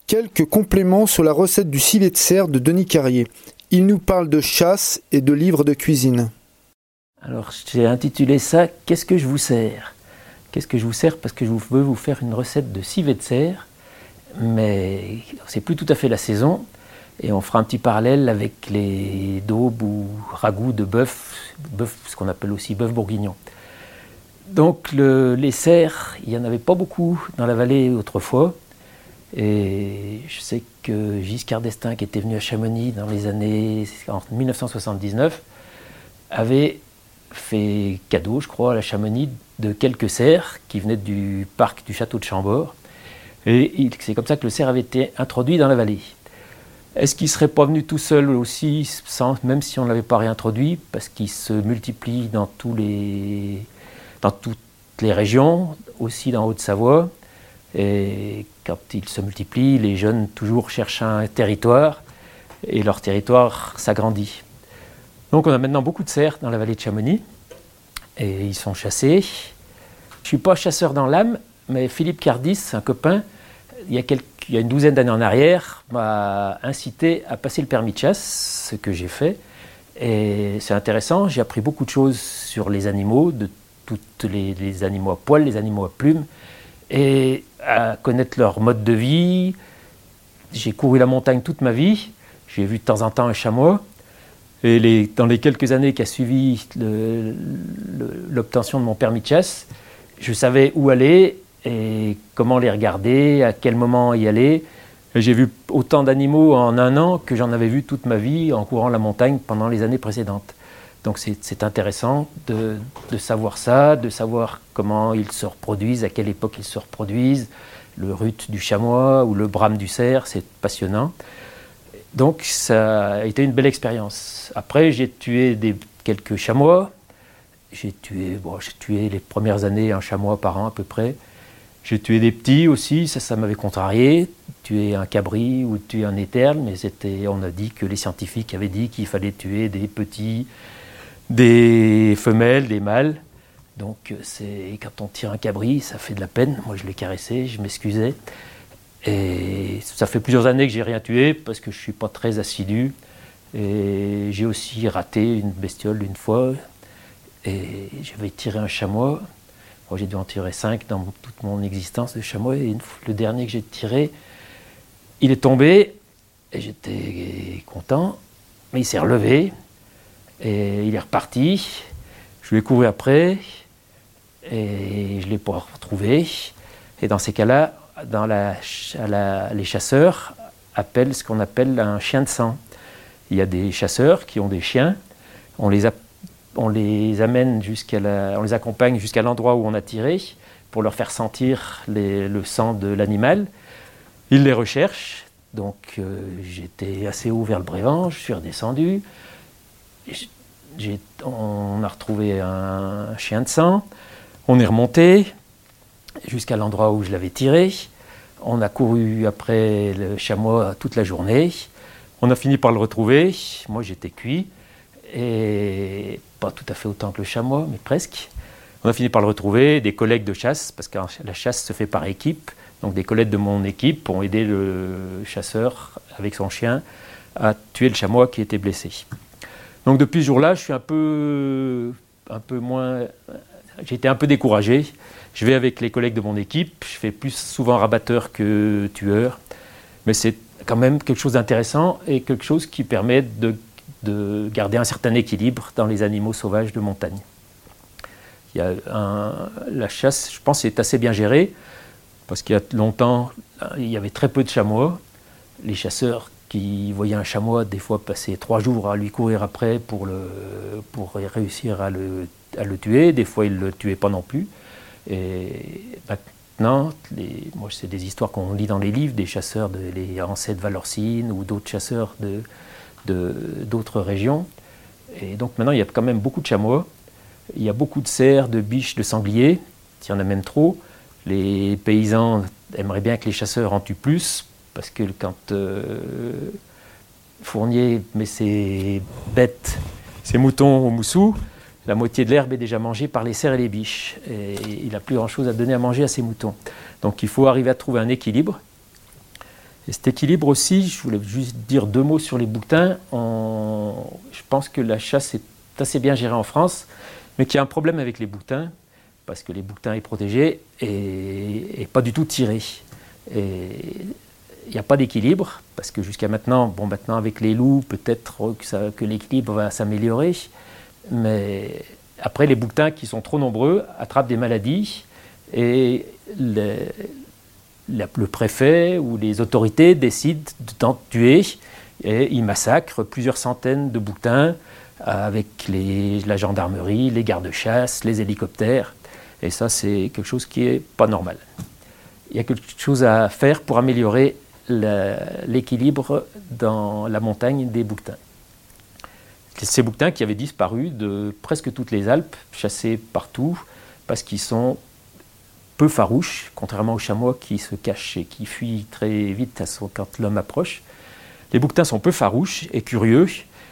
Quelques compléments sur la recette du civet de cerf de Denis Carrier. Il nous parle de chasse et de livres de cuisine. Alors j'ai intitulé ça « Qu'est-ce que je vous sers ?» Qu'est-ce que je vous sers? Parce que je veux vous faire une recette de civet de cerf, mais c'est plus tout à fait la saison. Et on fera un petit parallèle avec les daubes ou ragoûts de bœuf, ce qu'on appelle aussi bœuf bourguignon. Donc les cerfs, il n'y en avait pas beaucoup dans la vallée autrefois. Et je sais que Giscard d'Estaing, qui était venu à Chamonix en 1979, avait fait cadeau, je crois, à la Chamonix de quelques cerfs qui venaient du parc du château de Chambord. Et c'est comme ça que le cerf avait été introduit dans la vallée. Est-ce qu'il ne serait pas venu tout seul aussi, même si on ne l'avait pas réintroduit, parce qu'il se multiplie dans toutes les régions, aussi dans Haute-Savoie. Et quand ils se multiplient, les jeunes toujours cherchent un territoire, et leur territoire s'agrandit. Donc on a maintenant beaucoup de cerfs dans la vallée de Chamonix, et ils sont chassés. Je ne suis pas chasseur dans l'âme, mais Philippe Cardis, un copain, il y a une douzaine d'années en arrière, m'a incité à passer le permis de chasse, ce que j'ai fait. Et c'est intéressant, j'ai appris beaucoup de choses sur les animaux, de tous les animaux à poils, les animaux à plumes, et à connaître leur mode de vie. J'ai couru la montagne toute ma vie, j'ai vu de temps en temps un chamois. Et dans les quelques années qui a suivi l'obtention de mon permis de chasse, je savais où aller et comment les regarder, à quel moment y aller. Et j'ai vu autant d'animaux en un an que j'en avais vu toute ma vie en courant la montagne pendant les années précédentes. Donc c'est intéressant de savoir ça, de savoir comment ils se reproduisent, à quelle époque ils se reproduisent, le rut du chamois ou le brame du cerf, c'est passionnant. Donc ça a été une belle expérience. Après j'ai tué quelques chamois. J'ai tué les premières années un chamois par an à peu près. J'ai tué des petits aussi, ça m'avait contrarié. Tuer un cabri ou tuer un éterne, mais on a dit que les scientifiques avaient dit qu'il fallait tuer des petits, des femelles, des mâles. Donc quand on tire un cabri, ça fait de la peine. Moi je l'ai caressé, je m'excusais. Et ça fait plusieurs années que j'ai rien tué parce que je suis pas très assidu. Et j'ai aussi raté une bestiole une fois. Et j'avais tiré un chamois. Bon, j'ai dû en tirer 5 dans toute mon existence de chamois. Et le dernier que j'ai tiré, il est tombé. Et j'étais content. Mais il s'est relevé. Et il est reparti. Je l'ai couru après. Et je ne l'ai pas retrouvé. Et dans ces cas-là, les chasseurs appellent ce qu'on appelle un chien de sang. Il y a des chasseurs qui ont des chiens. On les amène on les accompagne jusqu'à l'endroit où on a tiré pour leur faire sentir le sang de l'animal. Ils les recherchent. Donc j'étais assez haut vers le Brévent, je suis redescendu. On a retrouvé un chien de sang. On est remonté jusqu'à l'endroit où je l'avais tiré. On a couru après le chamois toute la journée. On a fini par le retrouver. Moi j'étais cuit. Et pas tout à fait autant que le chamois, mais presque. On a fini par le retrouver, des collègues de chasse, parce que la chasse se fait par équipe. Donc des collègues de mon équipe ont aidé le chasseur avec son chien à tuer le chamois qui était blessé. Donc depuis ce jour-là, je suis un peu moins... J'ai été un peu découragé. Je vais avec les collègues de mon équipe, je fais plus souvent rabatteur que tueur. Mais c'est quand même quelque chose d'intéressant et quelque chose qui permet de garder un certain équilibre dans les animaux sauvages de montagne. La chasse, je pense, est assez bien gérée, parce qu'il y a longtemps, il y avait très peu de chamois. Les chasseurs qui voyaient un chamois, des fois, passaient 3 jours à lui courir après pour réussir à le tuer. Des fois, ils ne le tuaient pas non plus. Et maintenant, moi, c'est des histoires qu'on lit dans les livres, des chasseurs, les ancêtres Valorcine ou d'autres chasseurs d'autres régions. Et donc maintenant, il y a quand même beaucoup de chamois. Il y a beaucoup de cerfs, de biches, de sangliers. Il y en a même trop. Les paysans aimeraient bien que les chasseurs en tuent plus, parce que quand Fournier met ses bêtes, ses moutons au Moussou, la moitié de l'herbe est déjà mangée par les cerfs et les biches. Et il n'a plus grand-chose à donner à manger à ses moutons. Donc il faut arriver à trouver un équilibre. Et cet équilibre aussi, je voulais juste dire 2 mots sur les bouquetins. Je pense que la chasse est assez bien gérée en France, mais qu'il y a un problème avec les bouquetins, parce que les bouquetins est protégé et pas du tout tiré. Et il n'y a pas d'équilibre, parce que jusqu'à maintenant, maintenant avec les loups, peut-être que l'équilibre va s'améliorer, mais après les bouquetins qui sont trop nombreux attrapent des maladies et le préfet ou les autorités décident d'en tuer et ils massacrent plusieurs centaines de bouquetins avec la gendarmerie, les gardes-chasse, les hélicoptères. Et ça, c'est quelque chose qui n'est pas normal. Il y a quelque chose à faire pour améliorer l'équilibre dans la montagne des bouquetins. Ces bouquetins qui avaient disparu de presque toutes les Alpes, chassés partout, parce qu'ils sont peu farouches, contrairement aux chamois qui se cachent et qui fuient très vite quand l'homme approche. Les bouquetins sont peu farouches et curieux,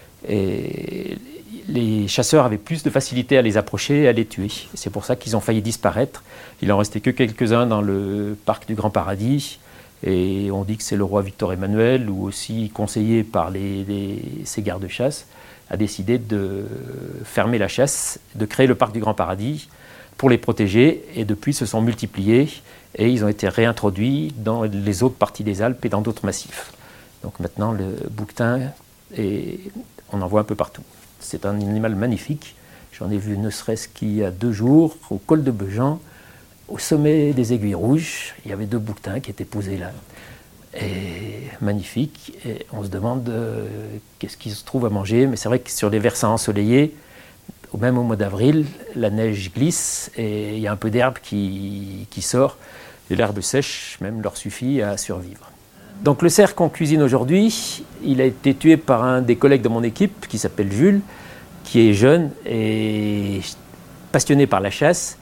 et les chasseurs avaient plus de facilité à les approcher et à les tuer. C'est pour ça qu'ils ont failli disparaître. Il en restait que quelques-uns dans le parc du Grand Paradis, et on dit que c'est le roi Victor Emmanuel, ou aussi conseillé par ses gardes-chasse, a décidé de fermer la chasse, de créer le parc du Grand Paradis pour les protéger, et depuis se sont multipliés et ils ont été réintroduits dans les autres parties des Alpes et dans d'autres massifs. Donc maintenant le bouquetin, on en voit un peu partout. C'est un animal magnifique. J'en ai vu ne serait-ce qu'il y a 2 jours au col de Beugeant, au sommet des Aiguilles Rouges. Il y avait 2 bouquetins qui étaient posés là. Et magnifique, et on se demande qu'est-ce qu'ils se trouvent à manger, mais c'est vrai que sur les versants ensoleillés, même au mois d'avril, la neige glisse et il y a un peu d'herbe qui sort, et l'herbe sèche même leur suffit à survivre. Donc le cerf qu'on cuisine aujourd'hui, il a été tué par un des collègues de mon équipe qui s'appelle Jules, qui est jeune et passionné par la chasse,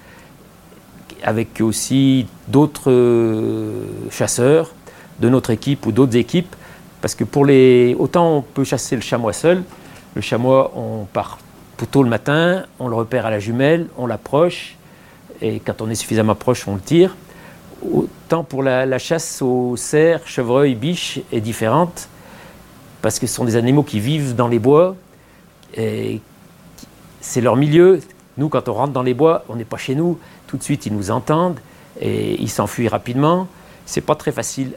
avec aussi d'autres chasseurs de notre équipe ou d'autres équipes, parce que autant on peut chasser le chamois seul, le chamois on part tôt le matin, on le repère à la jumelle, on l'approche, et quand on est suffisamment proche, on le tire. Autant pour la chasse aux cerfs, chevreuils, biches est différente, parce que ce sont des animaux qui vivent dans les bois, et c'est leur milieu. Nous, quand on rentre dans les bois, on n'est pas chez nous, tout de suite ils nous entendent, et ils s'enfuient rapidement. C'est pas très facile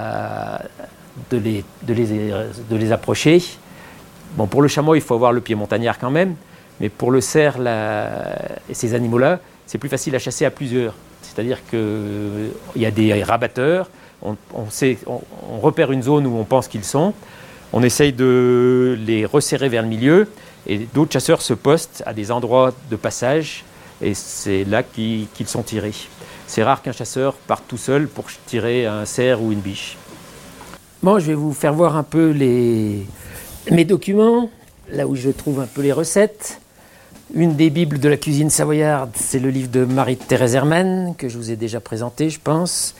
de les approcher. Bon, pour le chameau, il faut avoir le pied montagnard quand même, mais pour le cerf et ces animaux-là, c'est plus facile à chasser à plusieurs. C'est-à-dire qu'il y a des rabatteurs, on repère une zone où on pense qu'ils sont, on essaye de les resserrer vers le milieu, et d'autres chasseurs se postent à des endroits de passage, et c'est là qu'ils sont tirés. C'est rare qu'un chasseur parte tout seul pour tirer un cerf ou une biche. Bon, je vais vous faire voir un peu mes documents, là où je trouve un peu les recettes. Une des bibles de la cuisine savoyarde, c'est le livre de Marie-Thérèse Hermann, que je vous ai déjà présenté, je pense.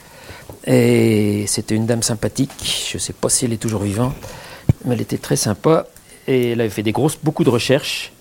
Et c'était une dame sympathique, je ne sais pas si elle est toujours vivante, mais elle était très sympa. Et elle avait fait beaucoup de recherches.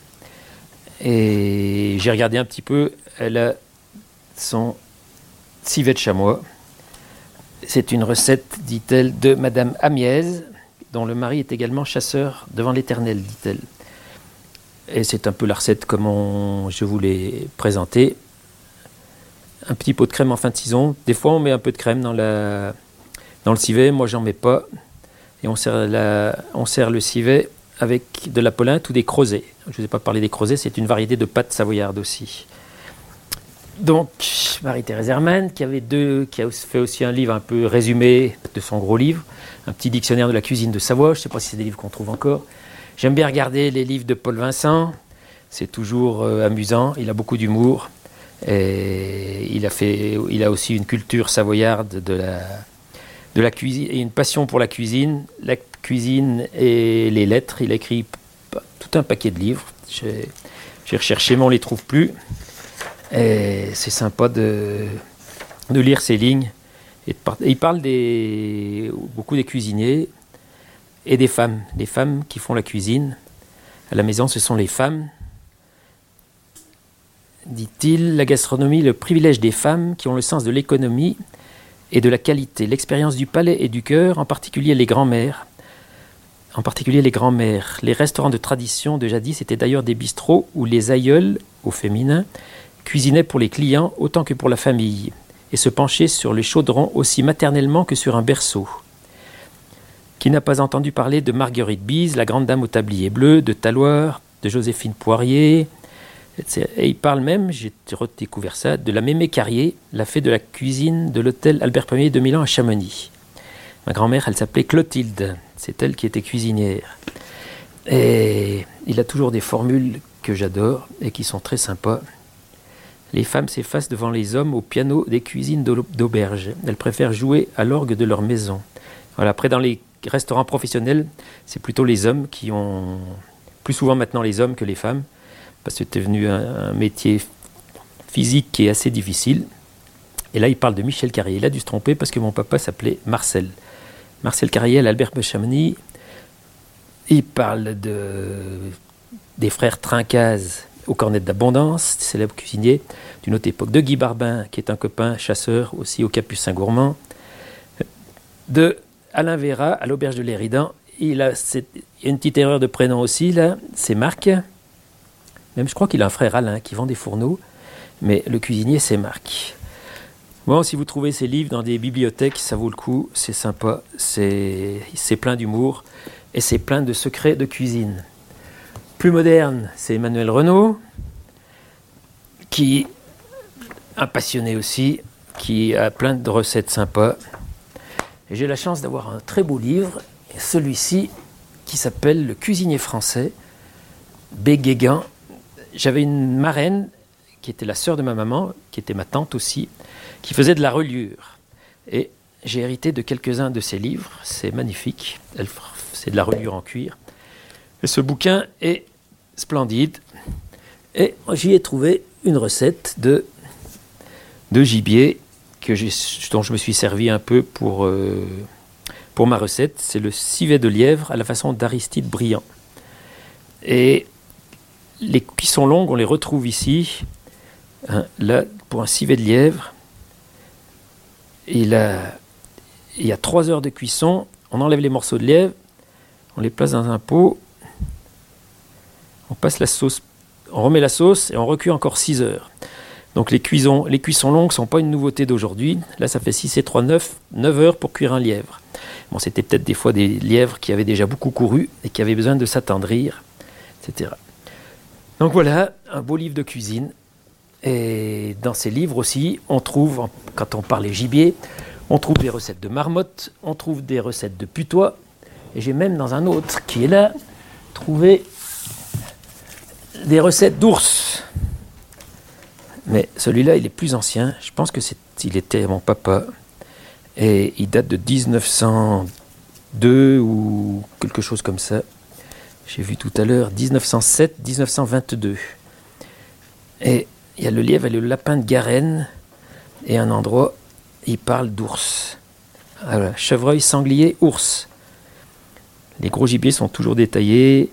Et j'ai regardé un petit peu, elle a son civet de chamois. C'est une recette, dit-elle, de Madame Amiez, dont le mari est également chasseur devant l'Éternel, dit-elle. Et c'est un peu la recette comme je vous l'ai présentée. Un petit pot de crème en fin de saison. Des fois, on met un peu de crème dans le civet. Moi, j'en mets pas. Et on sert le civet avec de la polenta ou des crozets. Je ne vous ai pas parlé des crozets, c'est une variété de pâte savoyarde aussi. Donc, Marie-Thérèse Hermann, qui a fait aussi un livre un peu résumé de son gros livre, un petit dictionnaire de la cuisine de Savoie. Je ne sais pas si c'est des livres qu'on trouve encore. J'aime bien regarder les livres de Paul Vincent, c'est toujours amusant, il a beaucoup d'humour. Et il a aussi une culture savoyarde de la cuisine et une passion pour la cuisine et les lettres. Il a écrit tout un paquet de livres. J'ai recherché, mais on ne les trouve plus. Et c'est sympa de lire ces lignes. Il parle beaucoup des cuisiniers et des femmes qui font la cuisine. À la maison, ce sont les femmes. Dit-il, la gastronomie, le privilège des femmes qui ont le sens de l'économie et de la qualité, l'expérience du palais et du cœur, en particulier les grands-mères. Les restaurants de tradition de jadis étaient d'ailleurs des bistrots où les aïeuls, au féminin, cuisinaient pour les clients autant que pour la famille, et se penchaient sur les chaudrons aussi maternellement que sur un berceau. Qui n'a pas entendu parler de Marguerite Bise, la grande dame au tablier bleu, de Taloir, de Joséphine Poirier, etc. Et il parle même, j'ai redécouvert ça, de la Mémé Carrier, la fée de la cuisine de l'hôtel Albert Ier de Milan à Chamonix. Ma grand-mère, elle s'appelait Clotilde, c'est elle qui était cuisinière. Et il a toujours des formules que j'adore et qui sont très sympas. Les femmes s'effacent devant les hommes au piano des cuisines d'auberge. Elles préfèrent jouer à l'orgue de leur maison. Voilà, après dans les restaurants professionnels, c'est plutôt les hommes qui ont... Plus souvent maintenant les hommes que les femmes, parce que c'est devenu un métier physique qui est assez difficile. Et là, il parle de Michel Carrier. Il a dû se tromper parce que mon papa s'appelait Marcel. Marcel Carrier à l'Albert de Chamonix. Il parle des frères Trincaz au Cornet d'Abondance, célèbre cuisinier d'une autre époque, de Guy Barbin, qui est un copain chasseur aussi au Capucin Gourmand, de Alain Véra à l'Auberge de l'Éridan. Il y a une petite erreur de prénom aussi, là, c'est Marc. Même je crois qu'il a un frère Alain qui vend des fourneaux, mais le cuisinier c'est Marc. Bon, si vous trouvez ces livres dans des bibliothèques, ça vaut le coup, c'est sympa, c'est plein d'humour et c'est plein de secrets de cuisine. Plus moderne, c'est Emmanuel Renaud, qui un passionné aussi, qui a plein de recettes sympas. Et j'ai la chance d'avoir un très beau livre, celui-ci qui s'appelle Le cuisinier français, B. Guégan. J'avais une marraine qui était la sœur de ma maman, qui était ma tante aussi, qui faisait de la reliure. Et j'ai hérité de quelques-uns de ses livres, c'est magnifique, c'est de la reliure en cuir. Et ce bouquin est splendide. Et j'y ai trouvé une recette de gibier dont je me suis servi un peu pour ma recette. C'est le civet de lièvre à la façon d'Aristide Briand. Et les cuissons longues, on les retrouve ici. Là, pour un civet de lièvre, il y a 3 heures de cuisson. On enlève les morceaux de lièvre, on les place dans un pot, on passe la sauce, on remet la sauce et on recuit encore 6 heures. Donc les cuissons longues ne sont pas une nouveauté d'aujourd'hui. Là, ça fait 6 et 3, 9 heures pour cuire un lièvre. Bon, c'était peut-être des fois des lièvres qui avaient déjà beaucoup couru et qui avaient besoin de s'attendrir, etc. Donc voilà, un beau livre de cuisine. Et dans ces livres aussi, on trouve, quand on parle gibier, on trouve des recettes de marmotte, on trouve des recettes de putois. Et j'ai même dans un autre qui est là, trouvé des recettes d'ours. Mais celui-là, il est plus ancien. Je pense qu'il était mon papa. Et il date de 1902 ou quelque chose comme ça. J'ai vu tout à l'heure 1907-1922. Et il y a le lièvre et le lapin de Garenne. Et un endroit, il parle d'ours. Voilà, chevreuil, sanglier, ours. Les gros gibiers sont toujours détaillés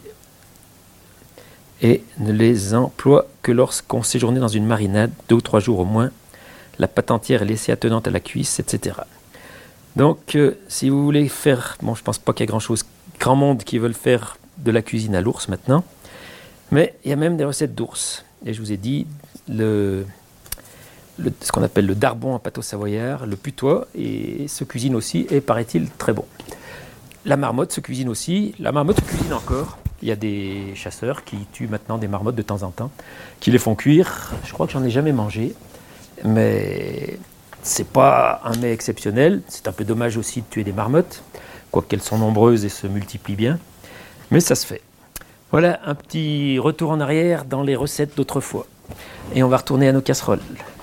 et ne les emploie que lorsqu'on séjournait dans une marinade, 2 ou 3 jours au moins. La pâte entière est laissée attenante à la cuisse, etc. Donc, si vous voulez faire... Bon, je ne pense pas qu'il y a grand monde qui veulent faire de la cuisine à l'ours maintenant, mais il y a même des recettes d'ours. Et je vous ai dit, ce qu'on appelle le darbon en pâte au savoyard, le putois, et se cuisine aussi, et paraît-il très bon. La marmotte se cuisine aussi, la marmotte se cuisine encore. Il y a des chasseurs qui tuent maintenant des marmottes de temps en temps, qui les font cuire. Je crois que j'en ai jamais mangé, mais c'est pas un mets exceptionnel. C'est un peu dommage aussi de tuer des marmottes, quoique elles sont nombreuses et se multiplient bien, mais ça se fait. Voilà un petit retour en arrière dans les recettes d'autrefois. Et on va retourner à nos casseroles.